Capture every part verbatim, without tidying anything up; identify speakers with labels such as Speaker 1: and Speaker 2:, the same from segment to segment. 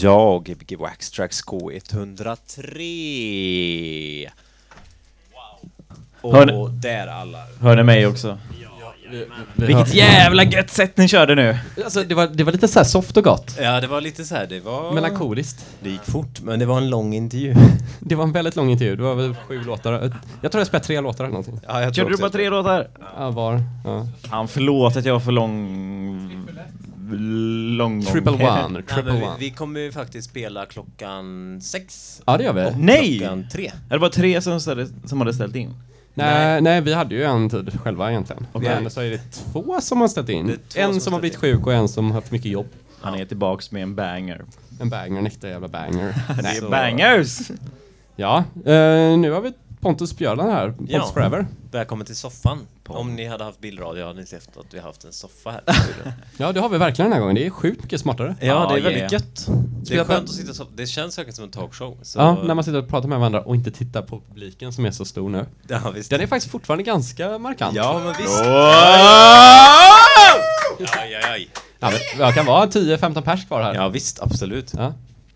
Speaker 1: jag, Gbg Waxtrax K etthundratre. Wow. Och
Speaker 2: Hör ni-
Speaker 1: där alla.
Speaker 2: Hör ni mig också? Vilket jävla gött sätt ni körde nu.
Speaker 3: Alltså, det var, det var lite så här soft och gott.
Speaker 1: Ja, det var lite så här, det var...
Speaker 3: Melankoliskt.
Speaker 1: Det gick fort, men det var en lång intervju.
Speaker 3: Det var en väldigt lång intervju. Det var väl sju låtar. Jag tror jag spelade tre låtar eller någonting.
Speaker 1: Ja, jag
Speaker 2: Körde du bara tre låtar?
Speaker 3: Ja, var. Ja.
Speaker 2: Han förlåt att jag var för lång... Lång gång.
Speaker 3: Triple one.
Speaker 1: Nej,
Speaker 3: Triple
Speaker 1: men vi,
Speaker 3: one.
Speaker 1: vi kommer ju faktiskt spela klockan sex.
Speaker 3: Ja, det gör vi.
Speaker 1: Och
Speaker 2: Nej!
Speaker 1: klockan tre.
Speaker 2: Det var tre som, ställde, som hade ställt in.
Speaker 3: Nej, nej, vi hade ju en tid själva egentligen.
Speaker 1: Okej.
Speaker 3: Men så är det två som har ställt in.
Speaker 1: Det är två
Speaker 3: En
Speaker 1: som
Speaker 3: som har
Speaker 1: har
Speaker 3: blivit
Speaker 1: ställt
Speaker 3: sjuk och en som har haft mycket jobb.
Speaker 2: Han är tillbaks med en banger.
Speaker 3: En banger, en äkta jävla banger.
Speaker 2: Det är
Speaker 1: Så-
Speaker 2: bangers!
Speaker 3: Ja, eh, nu har vi Pontus Björland här. Pontus
Speaker 1: Ja.
Speaker 3: Forever.
Speaker 1: Välkommen till soffan. Om ni hade haft bildradio hade ni sett att vi har haft en soffa här. i studion.
Speaker 3: Ja, det har vi verkligen den här gången. Det är sjukt mycket smartare.
Speaker 1: Ja,
Speaker 2: Ja,
Speaker 1: det är väldigt
Speaker 2: yeah.
Speaker 1: gött. Det
Speaker 3: Spela
Speaker 1: är skönt
Speaker 3: på-
Speaker 1: att sitta så. Det känns säkert som en talkshow. Så...
Speaker 3: Ja, när man sitter och pratar med varandra och inte tittar på publiken som är så stor nu.
Speaker 1: Ja, visst.
Speaker 3: Den är faktiskt fortfarande ganska markant.
Speaker 1: Ja, men visst. Aj, aj, aj.
Speaker 3: Ja, men jag kan vara tio femton pers kvar här.
Speaker 1: Ja, visst, absolut.
Speaker 3: Ja.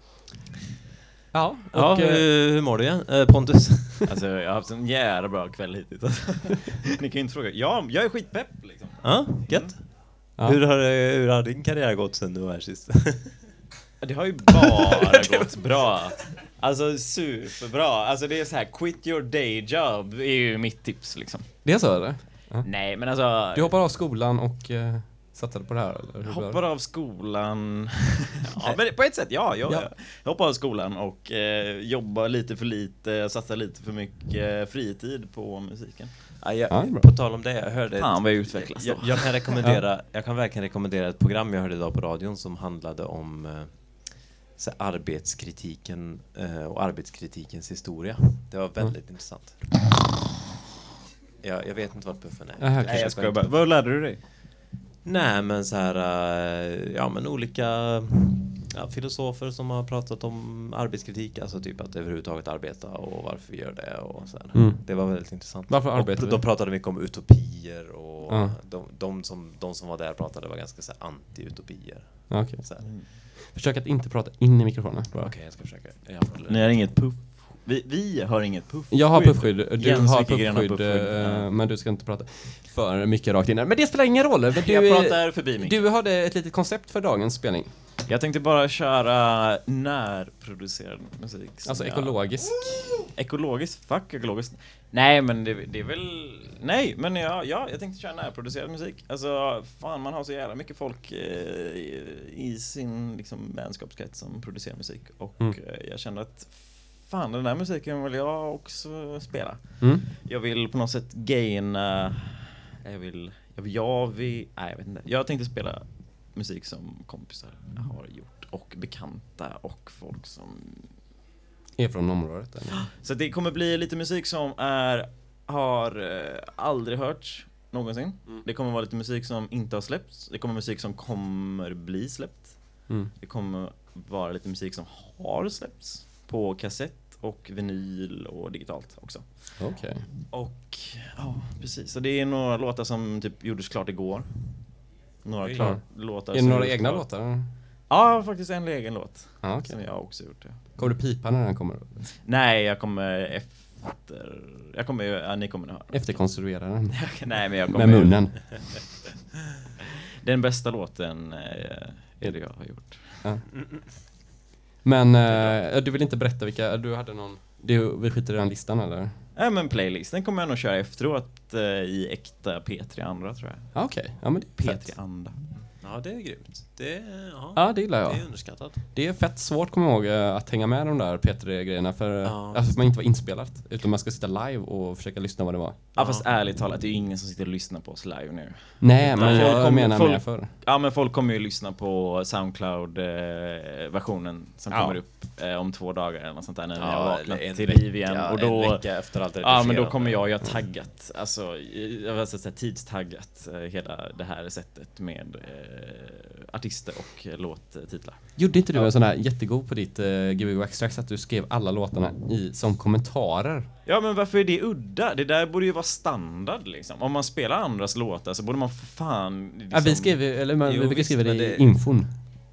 Speaker 3: Ja, och,
Speaker 1: Ja,
Speaker 3: eh,
Speaker 1: hur, hur mår du igen, eh, Pontus?
Speaker 2: Alltså jag har haft en jävla bra kväll hittills. Alltså. Ni kan ju inte fråga. Ja, jag är skitpepp liksom.
Speaker 1: Ja, gött.
Speaker 3: ja.
Speaker 1: Hur, har, det- hur har din karriär gått sen du var här sist?
Speaker 2: Det har ju bara gått bra. Alltså superbra. Alltså det är så här, quit your day job är ju mitt tips liksom.
Speaker 3: Det är så, eller?
Speaker 2: Nej, men alltså
Speaker 3: Du hoppar av skolan och eh, satsade på det här, eller? Hur var det?
Speaker 2: hoppar av skolan. Ja, men på ett sätt, ja. Jag,
Speaker 3: Ja.
Speaker 2: jag hoppar av skolan och eh, jobbar lite för lite, satsar lite för mycket fritid på musiken.
Speaker 1: Ja, jag,
Speaker 3: Ja, det är bra.
Speaker 1: på tal om det, jag hörde...
Speaker 2: Fan vad jag utvecklas då.
Speaker 1: jag, jag, kan rekommendera, jag kan verkligen rekommendera ett program jag hörde idag på radion som handlade om eh, så här, arbetskritiken eh, och arbetskritikens historia. Det var väldigt intressant. Jag, jag vet inte vart puffen är.
Speaker 3: Aha, okej.
Speaker 2: Nej, jag skojar bara. Vad lärde du dig?
Speaker 1: Nej, men så här, eh, ja men olika ja, filosofer som har pratat om arbetskritik, alltså typ att överhuvudtaget arbeta och varför vi gör det och så här.
Speaker 3: Mm.
Speaker 1: Det var väldigt intressant.
Speaker 3: Varför
Speaker 1: Och
Speaker 3: arbetar vi?
Speaker 1: de pratade mycket om utopier och
Speaker 3: Ja.
Speaker 1: de, de, som, de som var där pratade var ganska så här anti-utopier.
Speaker 3: Ja, okej.
Speaker 1: Så här.
Speaker 3: Försök att inte prata in i mikrofonen. Bara.
Speaker 1: Okej, jag ska försöka. Jag
Speaker 2: Ni har inget puff. Vi, vi har inget puff.
Speaker 3: Jag har puffskydd, du
Speaker 2: Jens
Speaker 3: har
Speaker 2: Wikegren har
Speaker 3: puffskydd,
Speaker 2: puffskydd,
Speaker 3: eh,
Speaker 2: ja.
Speaker 3: men du ska inte prata för mycket rakt in där. Men det spelar ingen roll. Du,
Speaker 2: Jag pratar förbi mig.
Speaker 3: du hade ett litet koncept för dagens spelning.
Speaker 2: Jag tänkte bara köra närproducerad musik. som
Speaker 3: Alltså
Speaker 2: jag-
Speaker 3: ekologisk.
Speaker 2: Ekologiskt? Fuck ekologiskt. Nej, men det, det är väl... Nej, men ja, ja, jag tänkte köra närproducerad musik. Alltså, fan, man har så jävla mycket folk eh, i, i sin liksom, vänskapskrets som producerar musik. Och
Speaker 3: Mm.
Speaker 2: eh, jag kände att fan, den där musiken vill jag också spela.
Speaker 3: Mm.
Speaker 2: Jag vill på något sätt gaina... Jag vill... Jag vill... Jag vill nej, jag vet inte. Jag tänkte spela musik som kompisar har gjort. Och bekanta och folk som...
Speaker 3: Är från området. Eller?
Speaker 2: Så det kommer bli lite musik som är har eh, aldrig hörts någonsin.
Speaker 3: Mm.
Speaker 2: Det kommer vara lite musik som inte har släppts. Det kommer musik som kommer bli släppt.
Speaker 3: Mm.
Speaker 2: Det kommer vara lite musik som har släppts på kassett och vinyl och digitalt också.
Speaker 3: Okej.
Speaker 2: Och ja, precis. Så det är några låtar som typ gjordes klart igår. Några
Speaker 1: Oj.
Speaker 2: klar, låtar
Speaker 3: Är det
Speaker 2: som
Speaker 3: några
Speaker 2: gjordes
Speaker 3: egna
Speaker 2: klart.
Speaker 3: låtar?
Speaker 2: Ja, faktiskt en egen låt
Speaker 3: Ja, okej.
Speaker 2: som jag också gjort. Ja.
Speaker 3: Kommer du pipa när den kommer?
Speaker 2: Nej, jag kommer efter... Jag kommer ju... Ja, ni kommer nu höra.
Speaker 3: Efterkonstruera den.
Speaker 2: Nej, men jag kommer...
Speaker 3: Med munnen.
Speaker 2: Den bästa låten eh, är det jag har gjort.
Speaker 3: Ja. Men eh, du vill inte berätta vilka... Du hade någon... Du, vi skiter i den listan, eller?
Speaker 2: Nej, men playlisten kommer jag nog köra efteråt eh, i äkta P tre-andra, tror jag.
Speaker 3: Ja, okej. Ja, men det är
Speaker 2: P
Speaker 3: fett.
Speaker 2: tre-anda.
Speaker 1: Ja, det är grymt. Det, ja,
Speaker 3: Ja, det gillar
Speaker 1: det är
Speaker 3: jag.
Speaker 1: underskattat.
Speaker 3: Det är fett svårt, kommer jag ihåg, eh, att hänga med de där P tre-grejerna. För
Speaker 1: Ja.
Speaker 3: alltså, att man inte var inspelat. Utan man ska sitta live och försöka lyssna vad det var.
Speaker 2: Ja, fast ärligt talat, det är ju ingen som sitter och lyssnar på oss live nu.
Speaker 3: Nej, men
Speaker 2: folk
Speaker 3: jag
Speaker 2: kommer-
Speaker 3: menar
Speaker 2: folk-
Speaker 3: mer för.
Speaker 2: Ja, men folk kommer ju lyssna på Soundcloud-versionen som
Speaker 3: Ja.
Speaker 2: kommer upp eh, om två dagar eller något sånt där när jag har
Speaker 1: Ja,
Speaker 2: vaknat
Speaker 1: eller en
Speaker 2: till
Speaker 1: vecka-
Speaker 2: liv igen.
Speaker 1: ja,
Speaker 2: och då,
Speaker 1: en vecka efter allt
Speaker 2: ja, men då
Speaker 1: redigerat.
Speaker 2: kommer jag ju ha taggat, alltså, jag vill säga tidstaggat eh, hela det här sättet med eh, artister och eh, låttitlar.
Speaker 3: Gjorde inte du en sån här jättegod på ditt uh, Gbg Waxtrax att du skrev alla låtarna i, som kommentarer?
Speaker 2: Ja, men varför är det udda? Det där borde ju vara standard liksom. Om man spelar andras låtar så borde man för fan liksom...
Speaker 3: Ja, vi skrev ju- eller man,
Speaker 1: Jo,
Speaker 3: vi brukar
Speaker 1: visst,
Speaker 3: skriva det
Speaker 1: men
Speaker 3: i
Speaker 1: det-
Speaker 3: infon.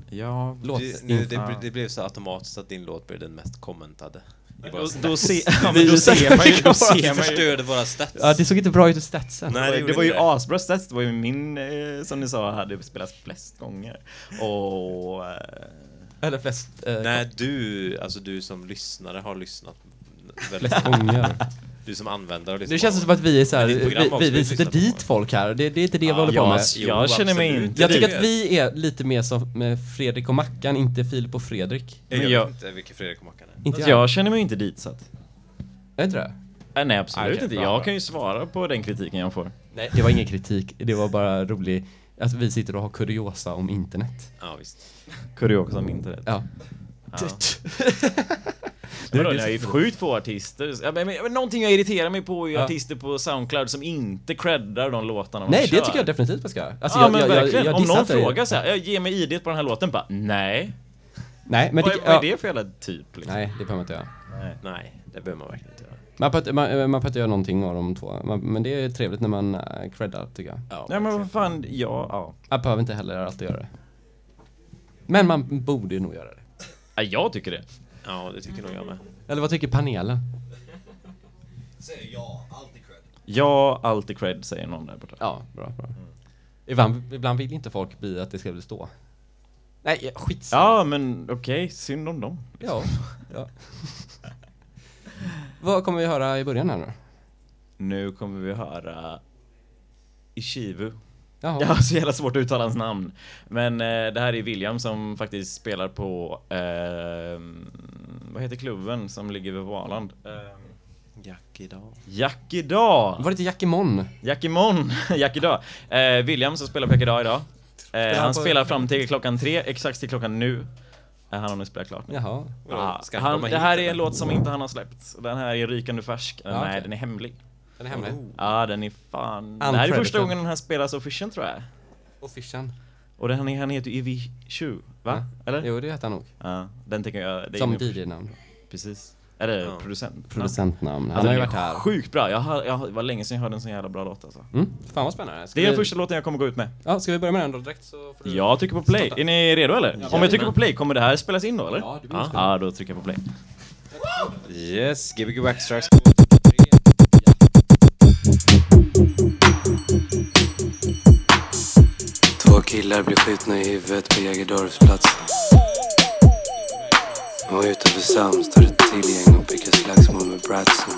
Speaker 2: Ja,
Speaker 3: Låt
Speaker 1: Du, nu, det,
Speaker 2: Ja.
Speaker 1: det blev så automatiskt att din låt blev den mest kommentade. I våra
Speaker 2: då,
Speaker 1: stats.
Speaker 2: då, se, ja, men då ser man ju, då
Speaker 1: Du
Speaker 2: ser man ju.
Speaker 1: förstörde våra stats.
Speaker 3: Ja, det såg inte bra ut i statsen.
Speaker 1: Nej, det
Speaker 2: Det,
Speaker 1: gjorde
Speaker 2: var ju
Speaker 1: inte det.
Speaker 2: asbra stats, det var ju min, eh, som ni sa, hade spelats flest gånger. Och... Eh,
Speaker 3: Eller flest eh,
Speaker 1: Nej, du, alltså du som lyssnare har lyssnat väldigt
Speaker 3: flest gånger.
Speaker 1: Du som användare har lyssnat.
Speaker 3: Det känns som att vi är så här,
Speaker 1: Men ditt program
Speaker 3: vi,
Speaker 1: också,
Speaker 3: vi,
Speaker 1: vi
Speaker 3: vi sätter
Speaker 1: lyssnar på.
Speaker 3: dit folk här. Det, det är inte det vi
Speaker 1: Ja,
Speaker 3: håller på
Speaker 2: jag,
Speaker 3: med.
Speaker 1: Jo,
Speaker 2: jag känner mig
Speaker 1: absolut.
Speaker 2: inte
Speaker 3: Jag tycker
Speaker 1: det.
Speaker 3: att vi är lite mer som med Fredrik och Mackan, inte Filip och Fredrik.
Speaker 1: Jag,
Speaker 2: Men
Speaker 1: vet
Speaker 2: jag-
Speaker 1: inte vilka Fredrik och Mackan är.
Speaker 3: Inte
Speaker 2: alltså,
Speaker 3: jag.
Speaker 2: jag känner mig inte ditsatt.
Speaker 3: Är inte det?
Speaker 2: Äh, nej, absolut
Speaker 3: Okej,
Speaker 2: inte.
Speaker 3: bra,
Speaker 2: Jag
Speaker 3: bra.
Speaker 2: kan ju svara på den kritiken jag får.
Speaker 3: Nej, det var ingen kritik. Det var bara roligt att vi sitter och har kuriosa om internet.
Speaker 1: Ja, visst.
Speaker 2: Kuriosa om internet.
Speaker 3: Ja.
Speaker 2: Ja.
Speaker 3: Det är
Speaker 2: Vadå,
Speaker 3: det
Speaker 2: jag är ju
Speaker 3: som-
Speaker 2: sjukt få artister. Ja, men, men, någonting jag irriterar mig på är ju
Speaker 3: Ja.
Speaker 2: artister på Soundcloud som inte creddar de låtarna de
Speaker 3: Nej,
Speaker 2: kör.
Speaker 3: det tycker jag definitivt man ska. Alltså,
Speaker 2: Ja,
Speaker 3: jag,
Speaker 2: men
Speaker 3: jag, jag,
Speaker 2: verkligen.
Speaker 3: jag
Speaker 2: Om
Speaker 3: dissar
Speaker 2: någon
Speaker 3: inte-
Speaker 2: frågar så här, "Jag ge mig idet på den här låten", bara nej.
Speaker 3: Nej, men
Speaker 2: vad,
Speaker 3: det,
Speaker 2: är- vad är
Speaker 3: ja,
Speaker 2: det för jävla typ? Liksom?
Speaker 3: nej, det behöver man inte göra.
Speaker 2: Nej.
Speaker 1: Nej, det behöver man verkligen inte göra.
Speaker 3: Man behöver man, man behöver inte göra någonting av de två. Man, men det är trevligt när man uh, creddar, tycker jag.
Speaker 1: Ja,
Speaker 2: Nej, men
Speaker 1: verkligen.
Speaker 2: vad fan, ja, ja.
Speaker 3: Man behöver inte heller alltid göra det. Men man borde ju nog göra det.
Speaker 2: Ja, jag tycker det.
Speaker 1: Ja, det tycker nog jag med.
Speaker 3: Eller vad tycker panelen?
Speaker 4: Säger ja, alltid cred.
Speaker 2: Ja, alltid cred, säger någon där borta.
Speaker 3: Ja, bra, bra. Ibland, ibland vill inte folk bli att det ska bli stå. Nej, skit.
Speaker 2: Ja, men okej, synd om dem.
Speaker 3: Ja, ja. Vad kommer vi höra i början här nu?
Speaker 2: Nu kommer vi höra Ishivu.
Speaker 3: Jaha.
Speaker 2: Jag har så jävla svårt att uttala hans namn. Men eh, det här är William som faktiskt spelar på eh, vad heter klubben som ligger vid Valand? Eh,
Speaker 1: Jack idag.
Speaker 2: Jack idag!
Speaker 3: Var det inte Jackie Mon?
Speaker 2: Jack imorgon, Jack idag. Eh, William som spelar på Jack idag idag. Eh,
Speaker 3: han
Speaker 2: han
Speaker 3: på-
Speaker 2: spelar fram till klockan tre, exakt till klockan nu. Eh, han har nu spelat klart nu.
Speaker 3: Jaha.
Speaker 2: Ah,
Speaker 1: Ska han
Speaker 2: han,
Speaker 1: komma
Speaker 2: det
Speaker 1: hit,
Speaker 2: här är
Speaker 1: eller?
Speaker 2: en låt som inte han har släppt. Den här är rykande färsk. Eh,
Speaker 3: Ja,
Speaker 2: Nej,
Speaker 3: okej.
Speaker 2: den är hemlig.
Speaker 3: Den är hemlig.
Speaker 1: Oh.
Speaker 2: Ja, den är fan... Det här är
Speaker 3: Uncredited.
Speaker 2: första gången den här spelas official, tror jag.
Speaker 3: Och Fishan.
Speaker 2: Och den, han, han heter ju Evi Chu, va? Eller?
Speaker 3: Jo, det heter han nog.
Speaker 2: Ja, den tänker jag... Det är
Speaker 3: Som
Speaker 2: min-
Speaker 3: D J-namn.
Speaker 2: Precis. Eller
Speaker 1: Ja.
Speaker 2: producent.
Speaker 3: Producentnamn. Han
Speaker 2: Alltså,
Speaker 3: har ju
Speaker 2: den
Speaker 3: varit
Speaker 2: är
Speaker 3: här.
Speaker 2: sjukt bra. Jag har, jag har, det var länge sedan jag hörde en sån jävla bra låt alltså.
Speaker 3: Mm, fan vad spännande. Ska
Speaker 2: Det är den
Speaker 3: vi-
Speaker 2: första låten jag kommer gå ut med.
Speaker 3: Ja, ska vi börja med den då direkt så får du...
Speaker 2: Jag trycker på play.
Speaker 3: starta.
Speaker 2: Är ni redo eller? Om jag trycker på play, kommer det här spelas in då eller?
Speaker 3: Ja, du vill
Speaker 2: Ja,
Speaker 3: spela.
Speaker 2: ja, då trycker jag på play.
Speaker 1: Yes, Gbg Backstrikes.
Speaker 5: Två killar blir skjutna i huvudet på Jägerdorfsplatsen. Och utanför Sam står ett till gäng och pickar slagsmål med Bratson.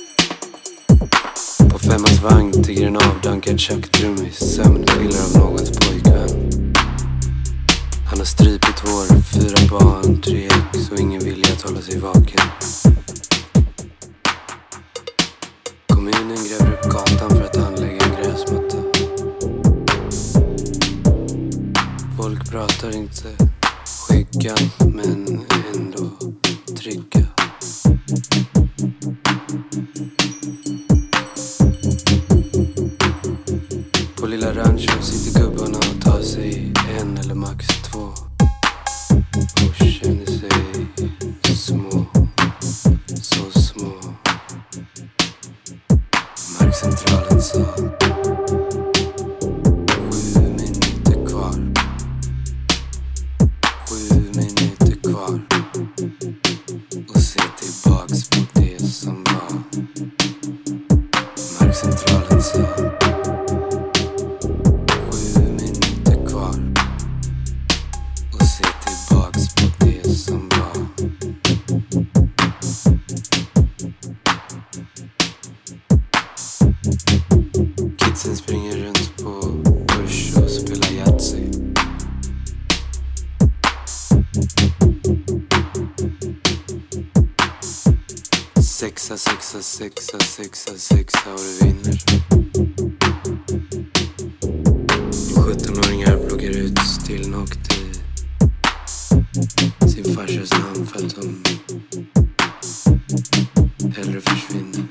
Speaker 5: På femmans vagn tigger en avdankad Chuck Drum i sömnpiller av någons pojkvän. Han har stripigt hår, fyra barn, tre ex och ingen vilja att hålla sig vaken. Kommunen gräver upp gatan för att anlägga en gräsmatta. Folk pratar inte skygga, men ändå trygga. På lilla rancho sitter gubbarna och tar sig en eller max två. Och känner sig små, så små. Markcentralen sa sju minuter kvar. Sju minuter kvar. Och se tillbaks på det som var. Markcentralen sa sju minuter kvar. Och se tillbaks på det som var. Kidsen springer runt på börs och spelar Yatzy. Sexa, sexa, sexa, sexa, sexa och du vinner. sjuttonåringar pluggar ut stillen och till sin farsas namn för att de hellre försvinner.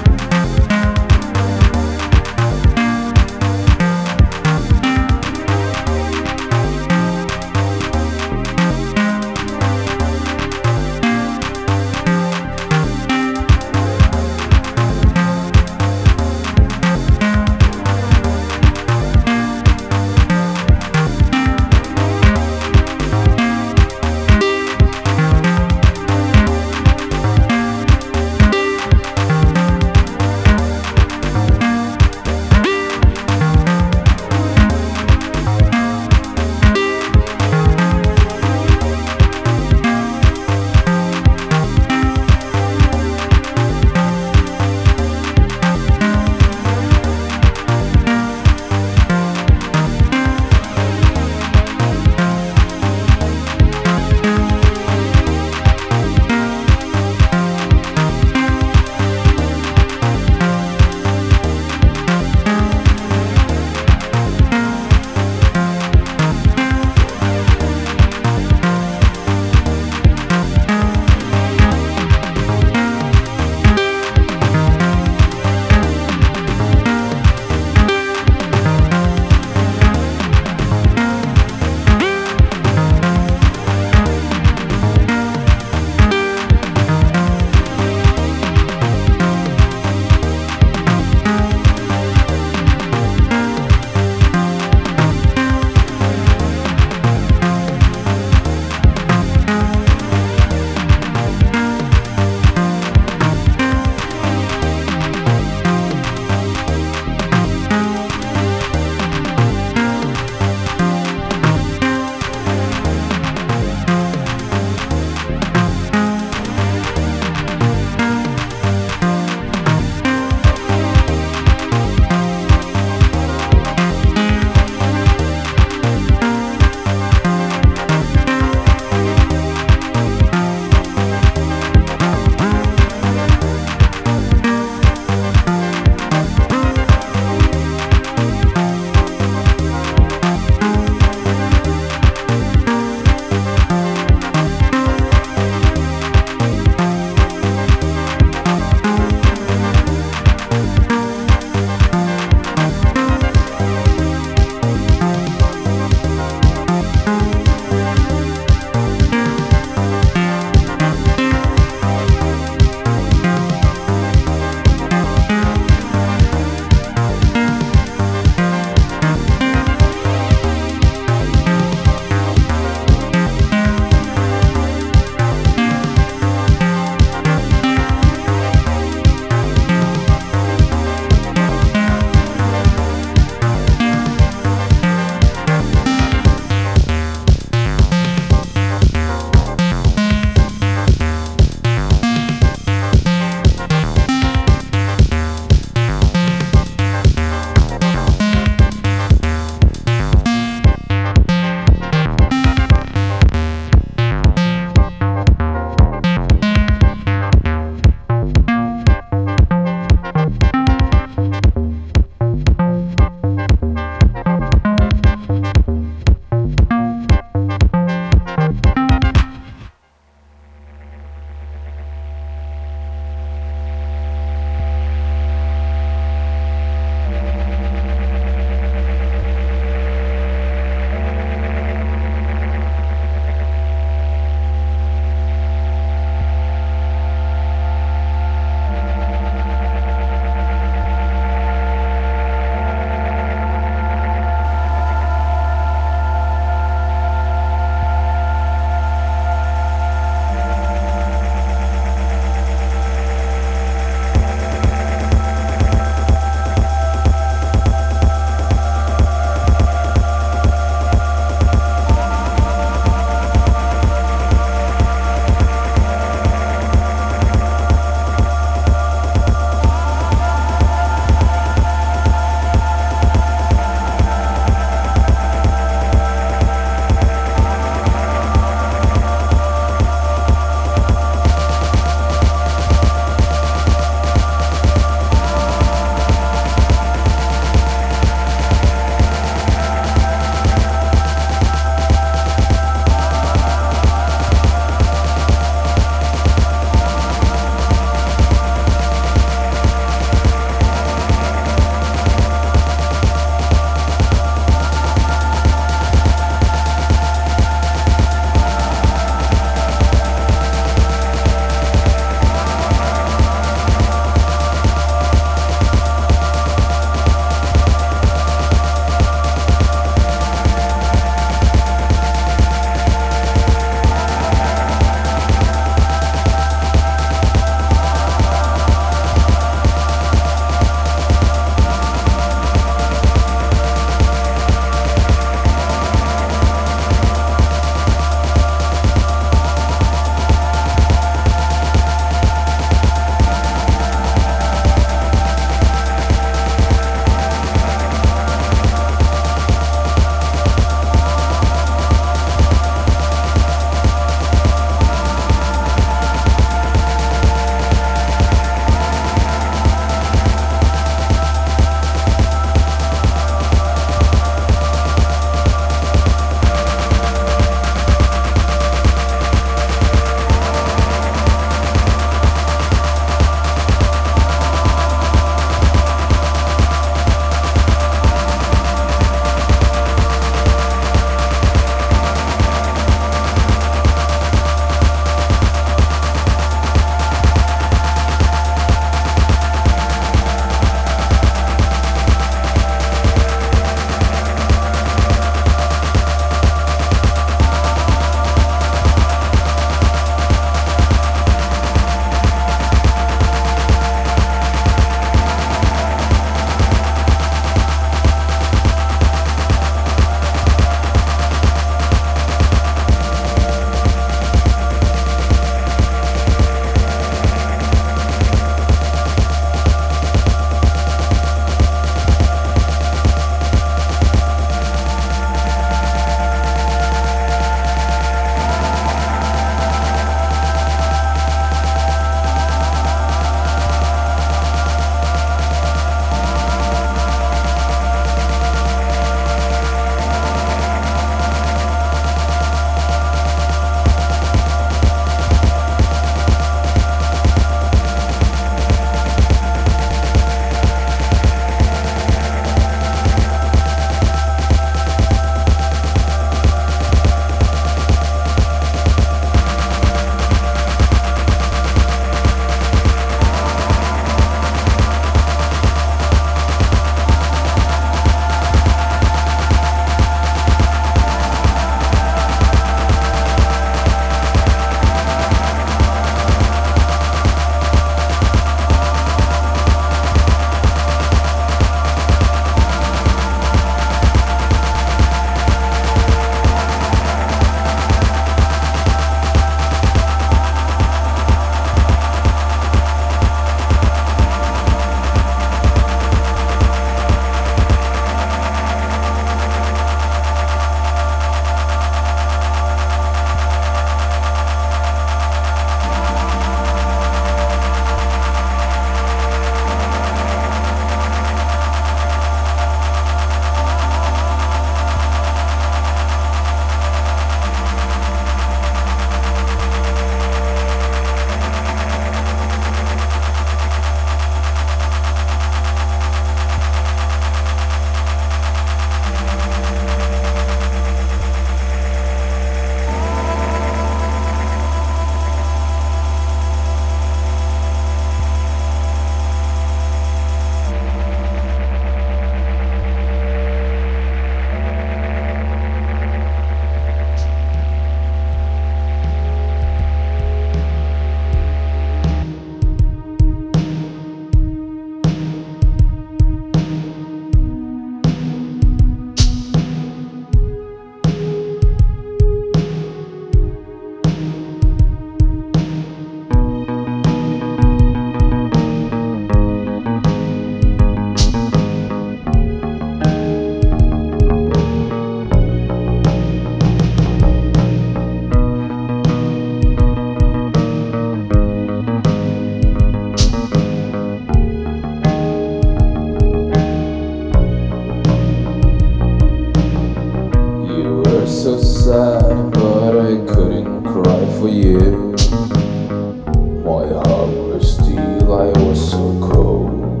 Speaker 6: sad, but I couldn't cry for you. My heart was still, I was so cold.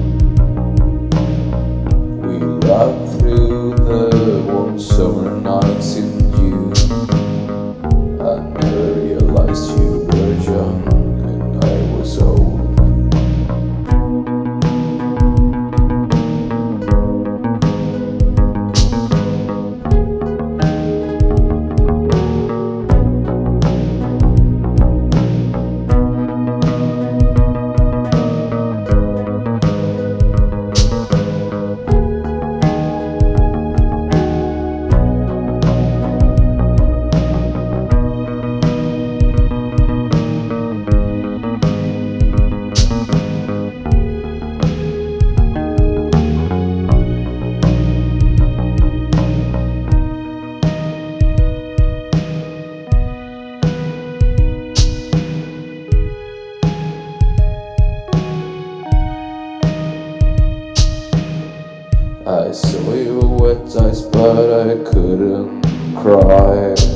Speaker 6: We laughed through the warm summer nights in June. I never realized you were young and I was old. I saw your wet eyes, but I couldn't cry.